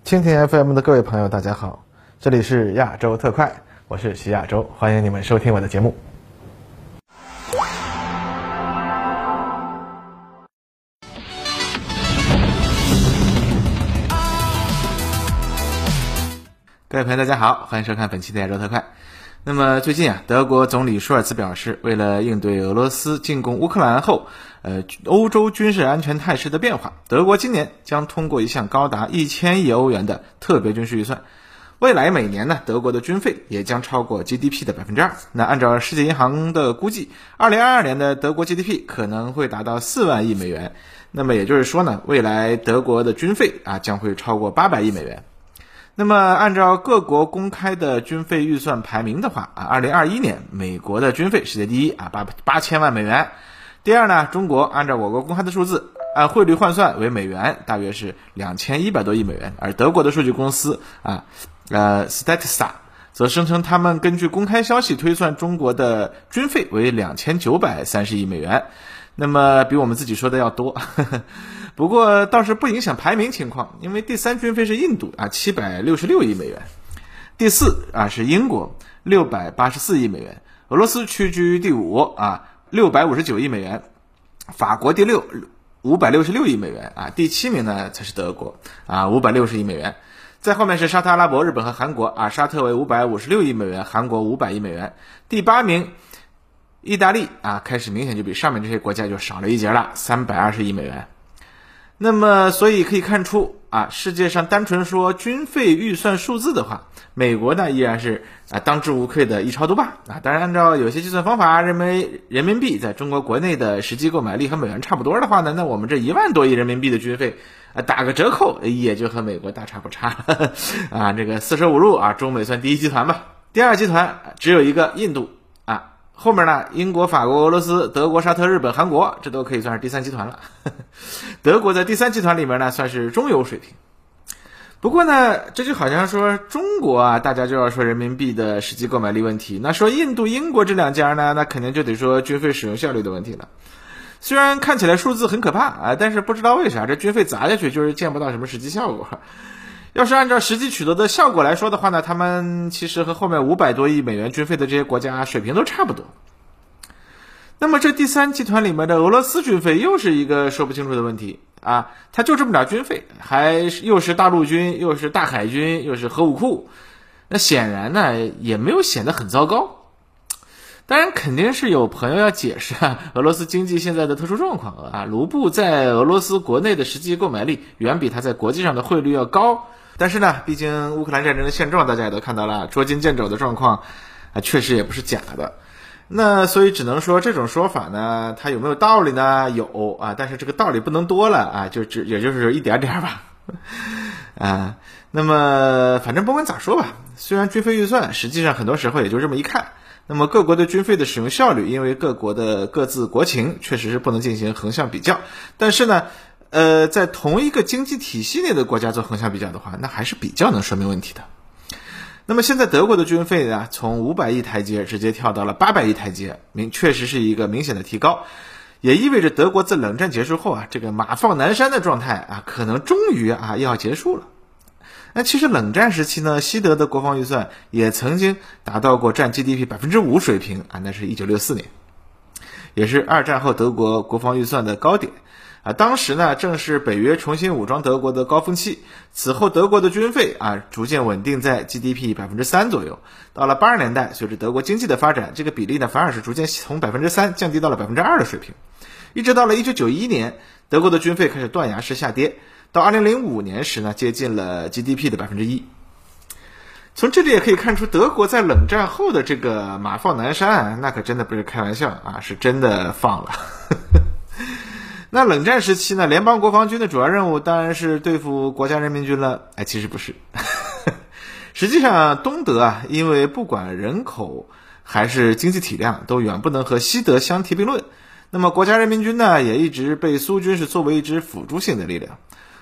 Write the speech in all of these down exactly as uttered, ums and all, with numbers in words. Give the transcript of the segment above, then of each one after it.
蜻蜓 F M 的各位朋友大家好，这里是亚洲特快，我是徐亚洲，欢迎你们收听我的节目。各位朋友大家好，欢迎收看本期的亚洲特快。那么最近啊，德国总理舒尔茨表示，为了应对俄罗斯进攻乌克兰后呃，欧洲军事安全态势的变化，德国今年将通过一项高达一千亿欧元的特别军事预算。未来每年呢，德国的军费也将超过 G D P 的 百分之二。 那按照世界银行的估计，二零二二年的德国 G D P 可能会达到四万亿美元。那么也就是说呢，未来德国的军费啊将会超过八百亿美元。那么按照各国公开的军费预算排名的话啊，二零二一年美国的军费世界第一啊，八八千万美元。第二呢，中国按照我国公开的数字，按汇率换算为美元，大约是两千一百多亿美元。而德国的数据公司啊，呃 Statista 则声称他们根据公开消息推算中国的军费为两千九百三十亿美元，那么比我们自己说的要多。不过倒是不影响排名情况，因为第三军费是印度啊，七百六十六亿美元，第四啊是英国六百八十四亿美元，俄罗斯屈居第五啊，六百五十九亿美元，法国第六五百六十六亿美元啊，第七名呢才是德国啊，五百六十亿美元。在后面是沙特阿拉伯、日本和韩国啊，沙特为五百五十六亿美元，韩国五百亿美元。第八名意大利啊，开始明显就比上面这些国家就少了一截了，三百二十亿美元。那么所以可以看出啊，世界上单纯说军费预算数字的话，美国呢依然是啊当之无愧的一超独霸啊。当然按照有些计算方法认为人民币在中国国内的实际购买力和美元差不多的话呢，那我们这一万多亿人民币的军费啊打个折扣也就和美国大差不差啊。这个四舍五入啊，中美算第一集团吧。第二集团只有一个印度啊，后面呢英国、法国、俄罗斯、德国、沙特、日本、韩国，这都可以算是第三集团了。德国在第三集团里面呢算是中游水平。不过呢，这就好像说中国啊，大家就要说人民币的实际购买力问题，那说印度、英国这两家呢，那肯定就得说军费使用效率的问题了。虽然看起来数字很可怕啊，但是不知道为啥这军费砸下去就是见不到什么实际效果。要是按照实际取得的效果来说的话呢，他们其实和后面五百多亿美元军费的这些国家水平都差不多。那么这第三集团里面的俄罗斯军费又是一个说不清楚的问题啊，它就这么点军费，还又是大陆军，又是大海军，又是核武库，那显然呢也没有显得很糟糕。当然肯定是有朋友要解释啊，俄罗斯经济现在的特殊状况啊，卢布在俄罗斯国内的实际购买力远比它在国际上的汇率要高。但是呢，毕竟乌克兰战争的现状大家也都看到了，捉襟见肘的状况啊，确实也不是假的。那所以只能说这种说法呢，它有没有道理呢？有啊，但是这个道理不能多了啊，就只也就是一点点吧。啊，那么反正不管咋说吧，虽然军费预算实际上很多时候也就这么一看，那么各国对军费的使用效率，因为各国的各自国情确实是不能进行横向比较，但是呢呃，在同一个经济体系内的国家做横向比较的话，那还是比较能说明问题的。那么现在德国的军费呢，从五百亿台阶直接跳到了八百亿台阶，明确实是一个明显的提高，也意味着德国自冷战结束后啊，这个马放南山的状态啊，可能终于啊要结束了。那其实冷战时期呢，西德的国防预算也曾经达到过占 G D P 百分之五 水平啊，那是一九六四年，也是二战后德国国防预算的高点。啊，当时呢正是北约重新武装德国的高峰期，此后德国的军费啊逐渐稳定在 G D P 百分之三 左右。到了八十年代，随着德国经济的发展，这个比例呢反而是逐渐从 百分之三 降低到了 百分之二 的水平。一直到了一九九一年，德国的军费开始断崖式下跌，到二零零五年时呢接近了 G D P 的 百分之一。从这里也可以看出，德国在冷战后的这个马放南山，那可真的不是开玩笑啊，是真的放了。那冷战时期呢，联邦国防军的主要任务当然是对付国家人民军了。哎，其实不是。实际上东德啊，因为不管人口还是经济体量，都远不能和西德相提并论。那么国家人民军呢，也一直被苏军是作为一支辅助性的力量。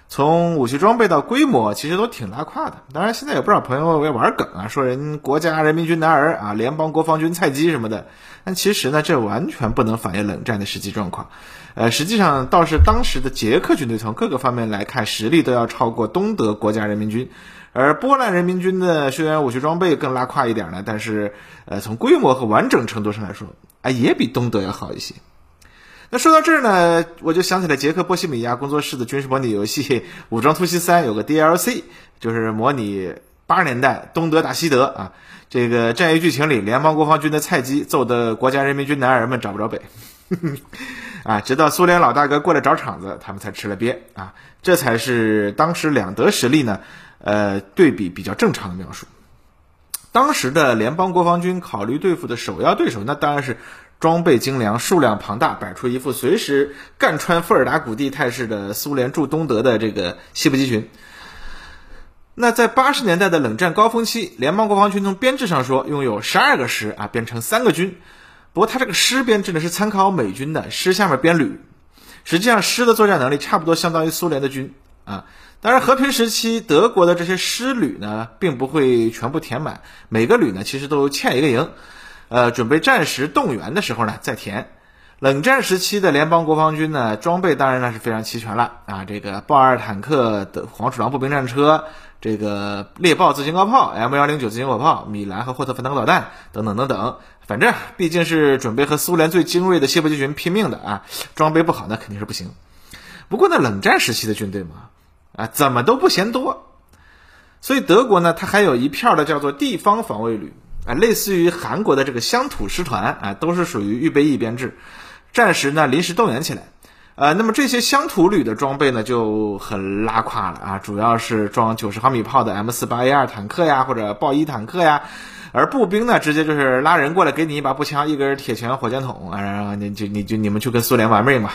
从武器装备到规模，其实都挺拉胯的。当然，现在有不少朋友也玩梗啊，说人国家人民军男儿啊，联邦国防军菜鸡什么的。但其实呢，这完全不能反映冷战的实际状况。呃，实际上倒是当时的捷克军队从各个方面来看，实力都要超过东德国家人民军。而波兰人民军呢，虽然武器装备更拉胯一点呢，但是呃，从规模和完整程度上来说，啊，也比东德要好一些。那说到这儿呢，我就想起来捷克波西米亚工作室的军事模拟游戏《武装突袭三》有个 D L C， 就是模拟八十年代东德打西德啊。这个战役剧情里，联邦国防军的菜鸡揍得国家人民军男儿们找不着北啊，直到苏联老大哥过来找场子，他们才吃了瘪啊。这才是当时两德实力呢，呃，对比比较正常的描述。当时的联邦国防军考虑对付的首要对手，那当然是装备精良、数量庞大，摆出一副随时干穿伏尔达谷地态势的苏联驻东德的这个西部集群。那在八十年代的冷战高峰期，联邦国防军从编制上说拥有十二个师啊，编成三个军。不过它这个师编制呢是参考美军的，师下面编旅，实际上师的作战能力差不多相当于苏联的军啊。当然和平时期德国的这些师旅呢并不会全部填满，每个旅呢其实都欠一个营，呃，准备战时动员的时候呢再填。冷战时期的联邦国防军呢，装备当然那是非常齐全了啊，这个豹二坦克的黄鼠狼步兵战车，这个猎豹自行高炮 M 一零九 自行火炮，米兰和霍特反坦克导弹等等等等，反正毕竟是准备和苏联最精锐的西部集群拼命的啊，装备不好那肯定是不行。不过呢，冷战时期的军队嘛，啊，怎么都不嫌多，所以德国呢，它还有一票的叫做地方防卫旅啊，类似于韩国的这个乡土师团啊，都是属于预备役编制，战时呢临时动员起来。呃，那么这些乡土旅的装备呢就很拉胯了啊，主要是装九十毫米炮的 M 四八 A 二 坦克呀，或者豹一坦克呀，而步兵呢直接就是拉人过来，给你一把步枪，一根铁拳火箭筒啊，然后你就你就你们去跟苏联玩命吧。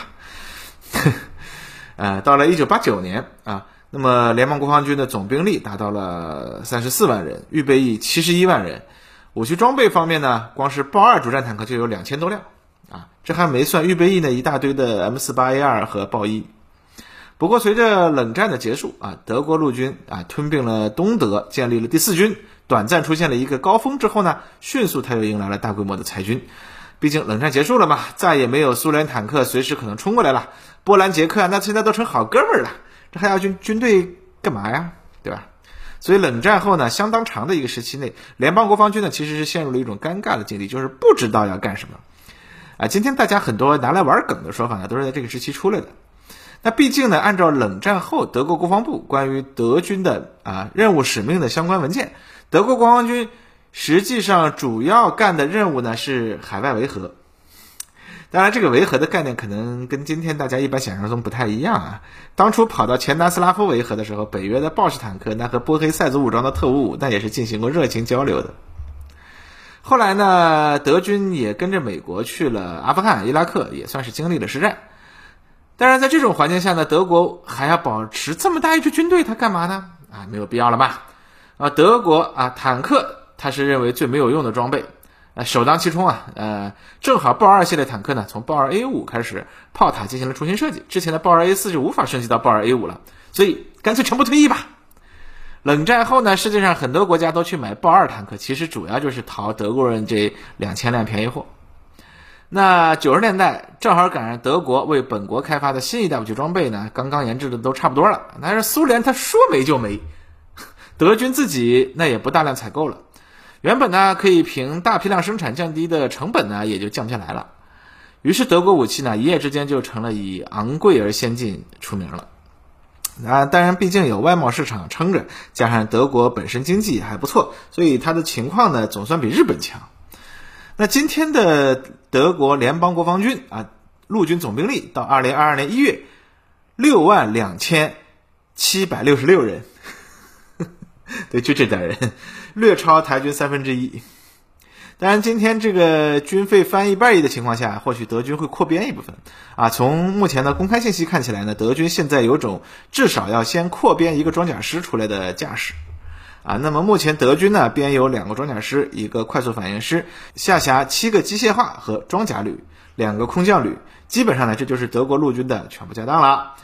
呃，到了一九八九年啊，那么联邦国防军的总兵力达到了三十四万人，预备役七十一万人。武器装备方面呢，光是豹二主战坦克就有两千多辆啊，这还没算预备役那一大堆的 M 四八 A 二 和豹一。不过随着冷战的结束啊，德国陆军啊吞并了东德，建立了第四军，短暂出现了一个高峰之后呢，迅速他又迎来了大规模的裁军。毕竟冷战结束了嘛，再也没有苏联坦克随时可能冲过来了，波兰捷克那现在都成好哥们儿了，这还要军军队干嘛呀，对吧？所以冷战后呢，相当长的一个时期内，联邦国防军呢其实是陷入了一种尴尬的境地，就是不知道要干什么啊。今天大家很多拿来玩梗的说法呢，都是在这个时期出来的。那毕竟呢，按照冷战后德国国防部关于德军的啊任务使命的相关文件，德国国防军实际上主要干的任务呢是海外维和。当然这个维和的概念可能跟今天大家一般想象中不太一样啊。当初跑到前南斯拉夫维和的时候，北约的豹式坦克那和波黑塞族武装的特务五那也是进行过热情交流的。后来呢，德军也跟着美国去了阿富汗、伊拉克，也算是经历了实战。当然在这种环境下呢，德国还要保持这么大一支军队，它干嘛呢？啊，没有必要了吧？啊，德国啊，坦克它是认为最没有用的装备。呃，首当其冲啊，呃，正好豹二系列坦克呢，从豹二 A 五 开始，炮塔进行了重新设计，之前的豹二 A 四 就无法升级到豹二 A 五 了，所以干脆全部退役吧。冷战后呢，世界上很多国家都去买豹二坦克，其实主要就是淘德国人这两千辆便宜货。那九十年代正好赶上德国为本国开发的新一代武器装备呢，刚刚研制的都差不多了，但是苏联他说没就没，德军自己那也不大量采购了。原本呢可以凭大批量生产降低的成本呢也就降下来了，于是德国武器呢一夜之间就成了以昂贵而先进出名了。啊，当然毕竟有外贸市场撑着，加上德国本身经济还不错，所以它的情况呢总算比日本强。那今天的德国联邦国防军啊，陆军总兵力到二零二二年一月六万两千七百六十六人，对，就这点人，略超台军三分之一。当然今天这个军费翻一半亿的情况下，或许德军会扩编一部分啊。从目前的公开信息看起来呢，德军现在有种至少要先扩编一个装甲师出来的架势啊。那么目前德军呢编有两个装甲师，一个快速反应师，下辖七个机械化和装甲旅，两个空降旅，基本上呢这就是德国陆军的全部家当了。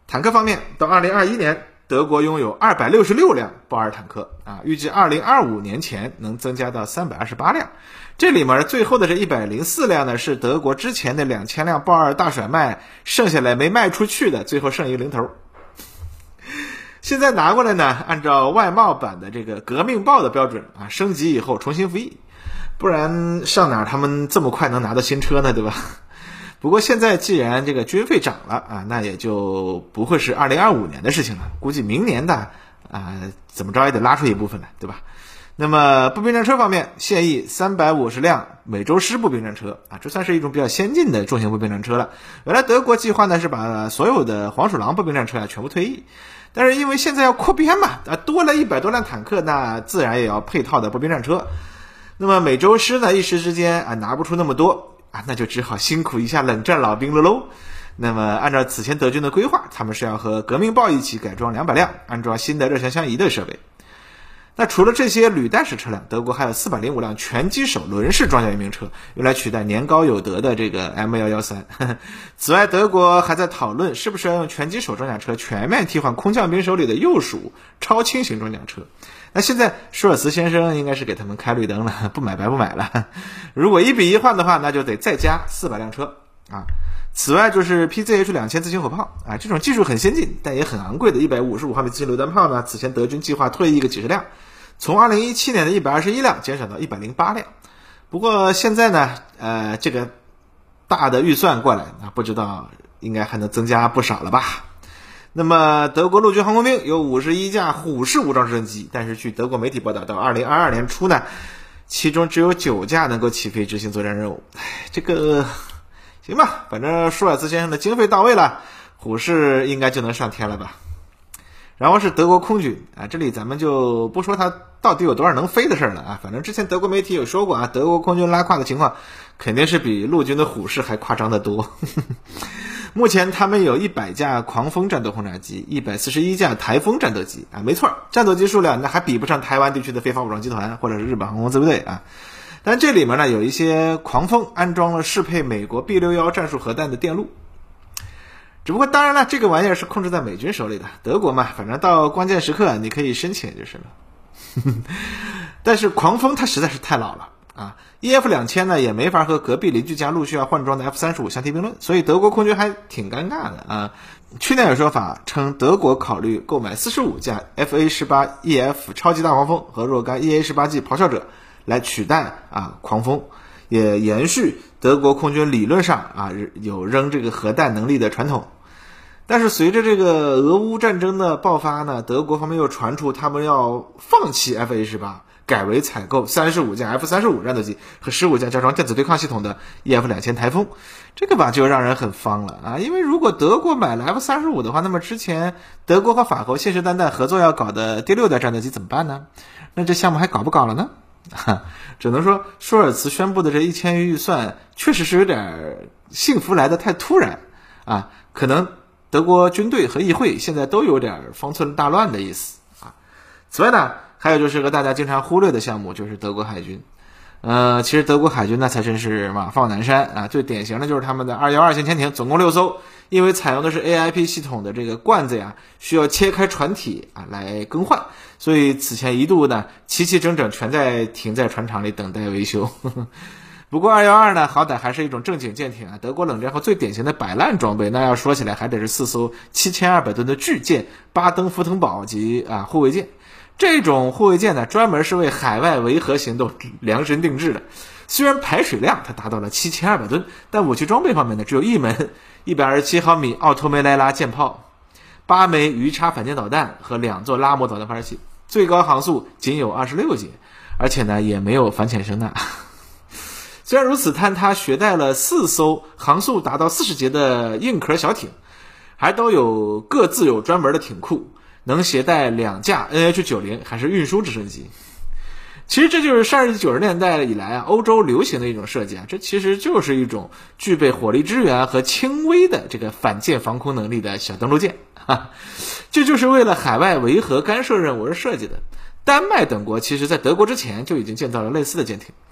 坦克方面，到二零二一年，德国拥有二百六十六辆豹二坦克啊，预计二零二五年前能增加到三百二十八辆。这里面最后的这一百零四辆呢，是德国之前的两千辆豹二大甩卖剩下来没卖出去的，最后剩一个零头。现在拿过来呢，按照外贸版的这个革命豹的标准啊，升级以后重新服役，不然上哪他们这么快能拿到新车呢，对吧？不过现在既然这个军费涨了啊，那也就不会是二零二五年的事情了，估计明年的啊，怎么着也得拉出一部分来，对吧？那么步兵战车方面，现役三百五十辆美洲狮步兵战车啊，这算是一种比较先进的重型步兵战车了。原来德国计划呢是把所有的黄鼠狼步兵战车啊全部退役，但是因为现在要扩编嘛，啊多了一百多辆坦克，那自然也要配套的步兵战车。那么美洲狮呢一时之间啊拿不出那么多啊，那就只好辛苦一下冷战老兵了喽。那么按照此前德军的规划，他们是要和革命豹一起改装两百辆，安装新的热旋相移的设备。那除了这些履带式车辆，德国还有四百零五辆拳击手轮式装甲运兵车，用来取代年高有德的这个 M 一一三。此外，德国还在讨论是不是要用拳击手装甲车全面替换空降兵手里的右属超轻型装甲车。那现在舒尔茨先生应该是给他们开绿灯了，不买白不买了。如果一比一换的话，那就得再加四百辆车啊。此外就是 P Z H 两千自行火炮啊，这种技术很先进但也很昂贵的一百五十五毫米自行榴弹炮呢，此前德军计划退役个几十辆，从二零一七年的一百二十一辆减少到一百零八辆。不过现在呢，呃，这个大的预算过来啊，不知道应该还能增加不少了吧。那么德国陆军航空兵有五十一架虎式武装直升机，但是据德国媒体报道，到二零二二年初呢，其中只有九架能够起飞执行作战任务。唉，这个行吧，反正舒尔茨先生的经费到位了，虎式应该就能上天了吧。然后是德国空军啊，这里咱们就不说它到底有多少能飞的事了啊，反正之前德国媒体有说过啊，德国空军拉胯的情况肯定是比陆军的虎式还夸张得多。目前他们有一百架狂风战斗轰炸机，一百四十一架台风战斗机啊，没错，战斗机数量那还比不上台湾地区的非法武装集团或者是日本航空自卫队啊。但这里面呢有一些狂风安装了适配美国 B 六十一 战术核弹的电路。只不过当然了，这个玩意儿是控制在美军手里的，德国嘛，反正到关键时刻你可以申请就是了。但是狂风它实在是太老了啊 ，E F 两千呢也没法和隔壁邻居家陆续要换装的 F 三十五相提并论，所以德国空军还挺尴尬的啊。去年有说法称德国考虑购买四十五架 F A 十八 E F 超级大黄蜂和若干 E A 十八 G 咆哮者来取代啊狂风，也延续德国空军理论上啊有扔这个核弹能力的传统。但是随着这个俄乌战争的爆发呢，德国方面又传出他们要放弃 F A 十八，改为采购三十五架 F 三十五 战斗机和十五架加装电子对抗系统的 E F 两千台风。这个吧就让人很慌了啊，因为如果德国买了 F 三十五 的话，那么之前德国和法国信誓旦旦合作要搞的第六代战斗机怎么办呢？那这项目还搞不搞了呢？只能说舒尔茨宣布的这一千亿预算确实是有点幸福来的太突然啊，可能德国军队和议会现在都有点方寸大乱的意思啊。此外呢，还有就是个大家经常忽略的项目，就是德国海军。呃，其实德国海军那才真是马放南山啊！最典型的就是他们的二一二型潜艇，总共六艘，因为采用的是 A I P 系统的这个罐子呀，需要切开船体啊来更换，所以此前一度呢齐齐整整全在停在船厂里等待维修。不过二一二呢，好歹还是一种正经舰艇啊，德国冷战后最典型的摆烂装备，那要说起来还得是四艘七千二百吨的巨舰巴登福腾堡级啊护卫舰。这种护卫舰呢，专门是为海外维和行动量身定制的。虽然排水量它达到了七千二百吨，但武器装备方面呢，只有一门一百二十七毫米奥托梅莱拉舰炮，八枚鱼叉反舰导弹和两座拉姆导弹发射器，最高航速仅有二十六节，而且呢也没有反潜声呐。虽然如此，但它携带了四艘航速达到四十节的硬壳小艇，还都有各自有专门的艇库，能携带两架 N H 九十 还是运输直升机。其实这就是上世纪九十年代以来啊，欧洲流行的一种设计啊，这其实就是一种具备火力支援和轻微的这个反舰防空能力的小登陆舰哈，这就是为了海外维和干涉任务而设计的。丹麦等国其实在德国之前就已经建造了类似的舰艇。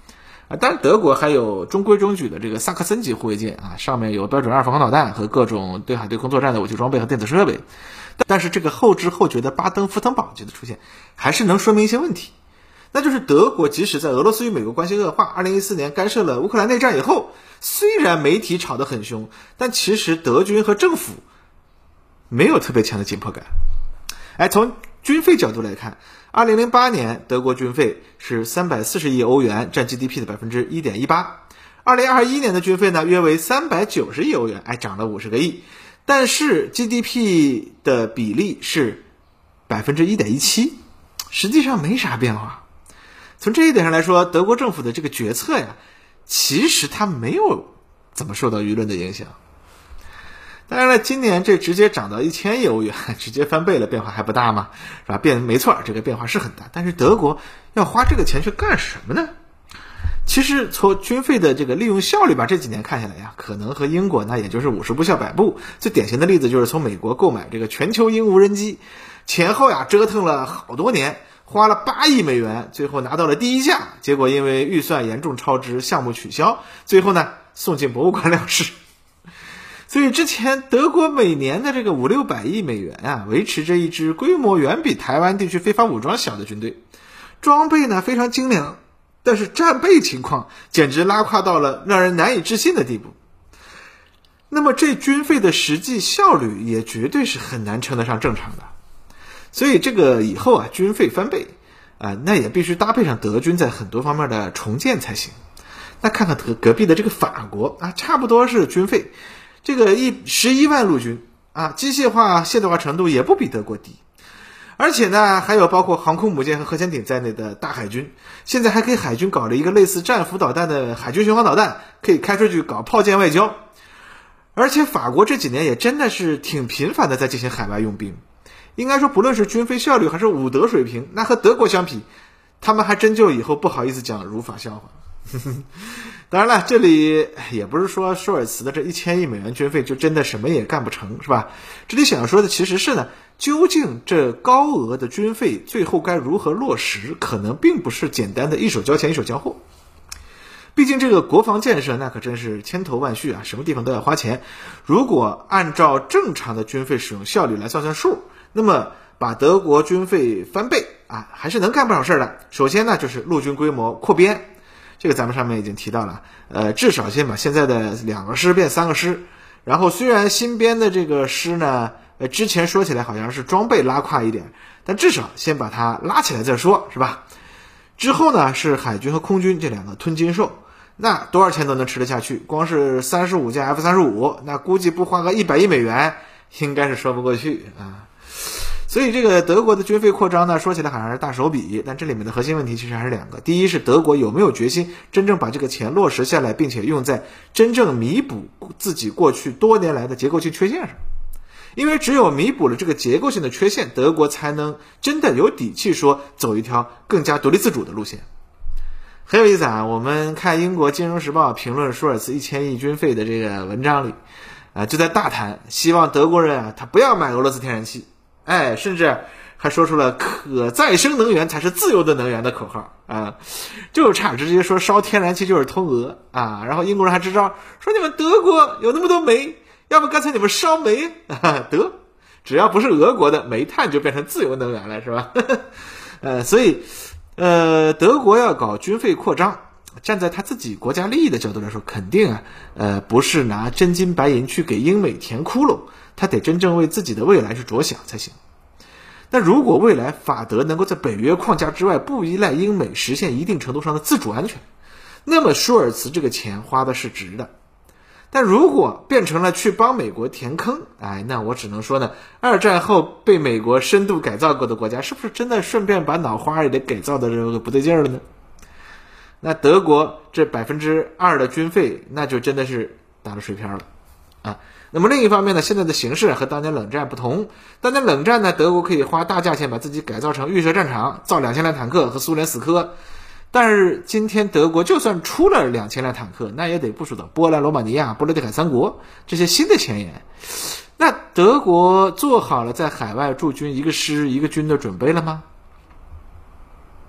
啊，当然德国还有中规中矩的这个萨克森级护卫舰啊，上面有标准二防空导弹和各种对海对空作战的武器装备和电子设备。但是这个后知后觉的巴登福腾堡级的出现，还是能说明一些问题。那就是德国即使在俄罗斯与美国关系恶化，二零一四年干涉了乌克兰内战以后，虽然媒体吵得很凶，但其实德军和政府没有特别强的紧迫感。哎，从军费角度来看，二零零八年德国军费是三百四十亿欧元，占 G D P 的 百分之一点一八。二零二一年的军费呢，约为三百九十亿欧元，哎，涨了五十个亿。但是 G D P 的比例是 百分之一点一七， 实际上没啥变化。从这一点上来说，德国政府的这个决策呀，其实它没有怎么受到舆论的影响。当然了，今年这直接涨到一千亿欧元，直接翻倍了，变化还不大吗？是吧？变没错，这个变化是很大。但是德国要花这个钱去干什么呢？其实从军费的这个利用效率吧，这几年看下来呀，可能和英国那也就是五十步笑百步。最典型的例子就是从美国购买这个全球鹰无人机，前后呀折腾了好多年，花了八亿美元，最后拿到了第一架，结果因为预算严重超支，项目取消，最后呢送进博物馆了事。所以之前德国每年的这个五六百亿美元啊，维持着一支规模远比台湾地区非法武装小的军队，装备呢非常精良，但是战备情况简直拉胯到了让人难以置信的地步。那么这军费的实际效率也绝对是很难称得上正常的。所以这个以后啊，军费翻倍啊，那也必须搭配上德军在很多方面的重建才行。那看看隔隔壁的这个法国啊，差不多是军费。这个一十一万陆军啊，机械化现代化程度也不比德国低，而且呢，还有包括航空母舰和核潜艇在内的大海军，现在还给海军搞了一个类似战斧导弹的海军巡航导弹，可以开出去搞炮舰外交。而且法国这几年也真的是挺频繁的在进行海外用兵，应该说不论是军费效率还是武德水平，那和德国相比，他们还真就以后不好意思讲如法笑话。当然了，这里也不是说舒尔茨的这一千亿美元军费就真的什么也干不成，是吧？这里想要说的其实是呢，究竟这高额的军费最后该如何落实，可能并不是简单的一手交钱一手交货。毕竟这个国防建设那可真是千头万绪啊，什么地方都要花钱。如果按照正常的军费使用效率来算算数，那么把德国军费翻倍啊，还是能干不少事儿的。首先呢，就是陆军规模扩编。这个咱们上面已经提到了，呃，至少先把现在的两个师变三个师，然后虽然新编的这个师呢，呃，之前说起来好像是装备拉胯一点，但至少先把它拉起来再说，是吧？之后呢是海军和空军这两个吞金兽，那多少钱都能吃得下去，光是三十五架 F 三十五，那估计不花个一百亿美元，应该是说不过去啊。所以这个德国的军费扩张呢，说起来好像是大手笔，但这里面的核心问题其实还是两个。第一是德国有没有决心真正把这个钱落实下来，并且用在真正弥补自己过去多年来的结构性缺陷上。因为只有弥补了这个结构性的缺陷，德国才能真的有底气说走一条更加独立自主的路线。很有意思啊，我们看英国金融时报评论舒尔茨一千亿军费的这个文章里啊，就在大谈希望德国人啊他不要买俄罗斯天然气，哎，甚至还说出了可再生能源才是自由的能源的口号啊，就差直接说烧天然气就是通俄啊。然后英国人还支招说你们德国有那么多煤，要不干脆你们烧煤啊，得，只要不是俄国的煤炭就变成自由能源了，是吧？呃，所以呃，德国要搞军费扩张，站在他自己国家利益的角度来说，肯定啊，呃，不是拿真金白银去给英美填窟窿，他得真正为自己的未来去着想才行。但如果未来法德能够在北约框架之外不依赖英美，实现一定程度上的自主安全，那么舒尔茨这个钱花的是值的。但如果变成了去帮美国填坑，哎，那我只能说呢，二战后被美国深度改造过的国家，是不是真的顺便把脑花也得改造的这个不对劲了呢？那德国这百分之二的军费，那就真的是打了水漂了啊。那么另一方面呢，现在的形势和当年冷战不同，当年冷战呢，德国可以花大价钱把自己改造成预设战场，造两千辆坦克和苏联死磕。但是今天德国就算出了两千辆坦克，那也得部署到波兰、罗马尼亚、波罗的海三国这些新的前沿。那德国做好了在海外驻军一个师一个军的准备了吗？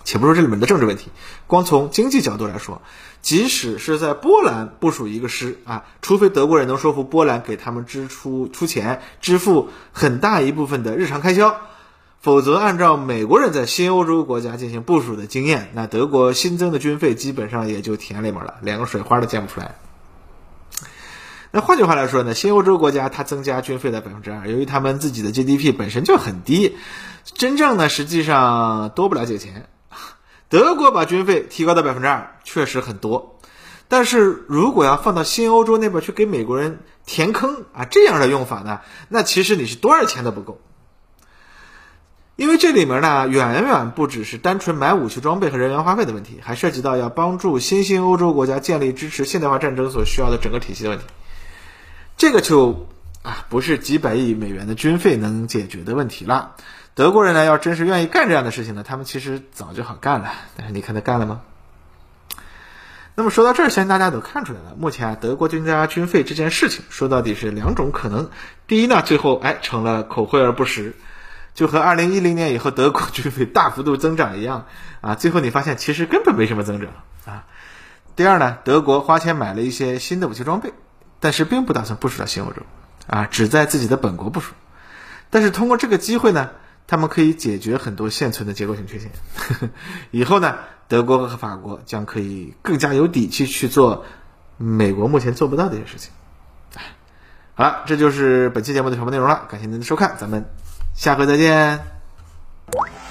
且不说这里面的政治问题，光从经济角度来说，即使是在波兰部署一个师啊，除非德国人能说服波兰给他们支出出钱，支付很大一部分的日常开销，否则按照美国人在新欧洲国家进行部署的经验，那德国新增的军费基本上也就田里面了，连个水花都见不出来。那换句话来说呢，新欧洲国家它增加军费的 百分之二， 由于他们自己的 G D P 本身就很低，真正呢实际上多不了几个钱。德国把军费提高到 百分之二 确实很多，但是如果要放到新欧洲那边去给美国人填坑啊，这样的用法呢，那其实你是多少钱都不够。因为这里面呢远远不只是单纯买武器装备和人员花费的问题，还涉及到要帮助新兴欧洲国家建立支持现代化战争所需要的整个体系的问题。这个就啊不是几百亿美元的军费能解决的问题了。德国人呢要真是愿意干这样的事情呢，他们其实早就好干了，但是你看他干了吗？那么说到这儿，相信大家都看出来了，目前啊德国增加军费这件事情说到底是两种可能。第一呢，最后哎成了口惠而不实，就和二零一零年以后德国军费大幅度增长一样啊，最后你发现其实根本没什么增长啊。第二呢，德国花钱买了一些新的武器装备，但是并不打算部署到新欧洲啊，只在自己的本国部署。但是通过这个机会呢，他们可以解决很多现存的结构性缺陷。以后呢，德国和法国将可以更加有底气去做美国目前做不到的一些事情。好了，这就是本期节目的全部内容了，感谢您的收看，咱们下回再见。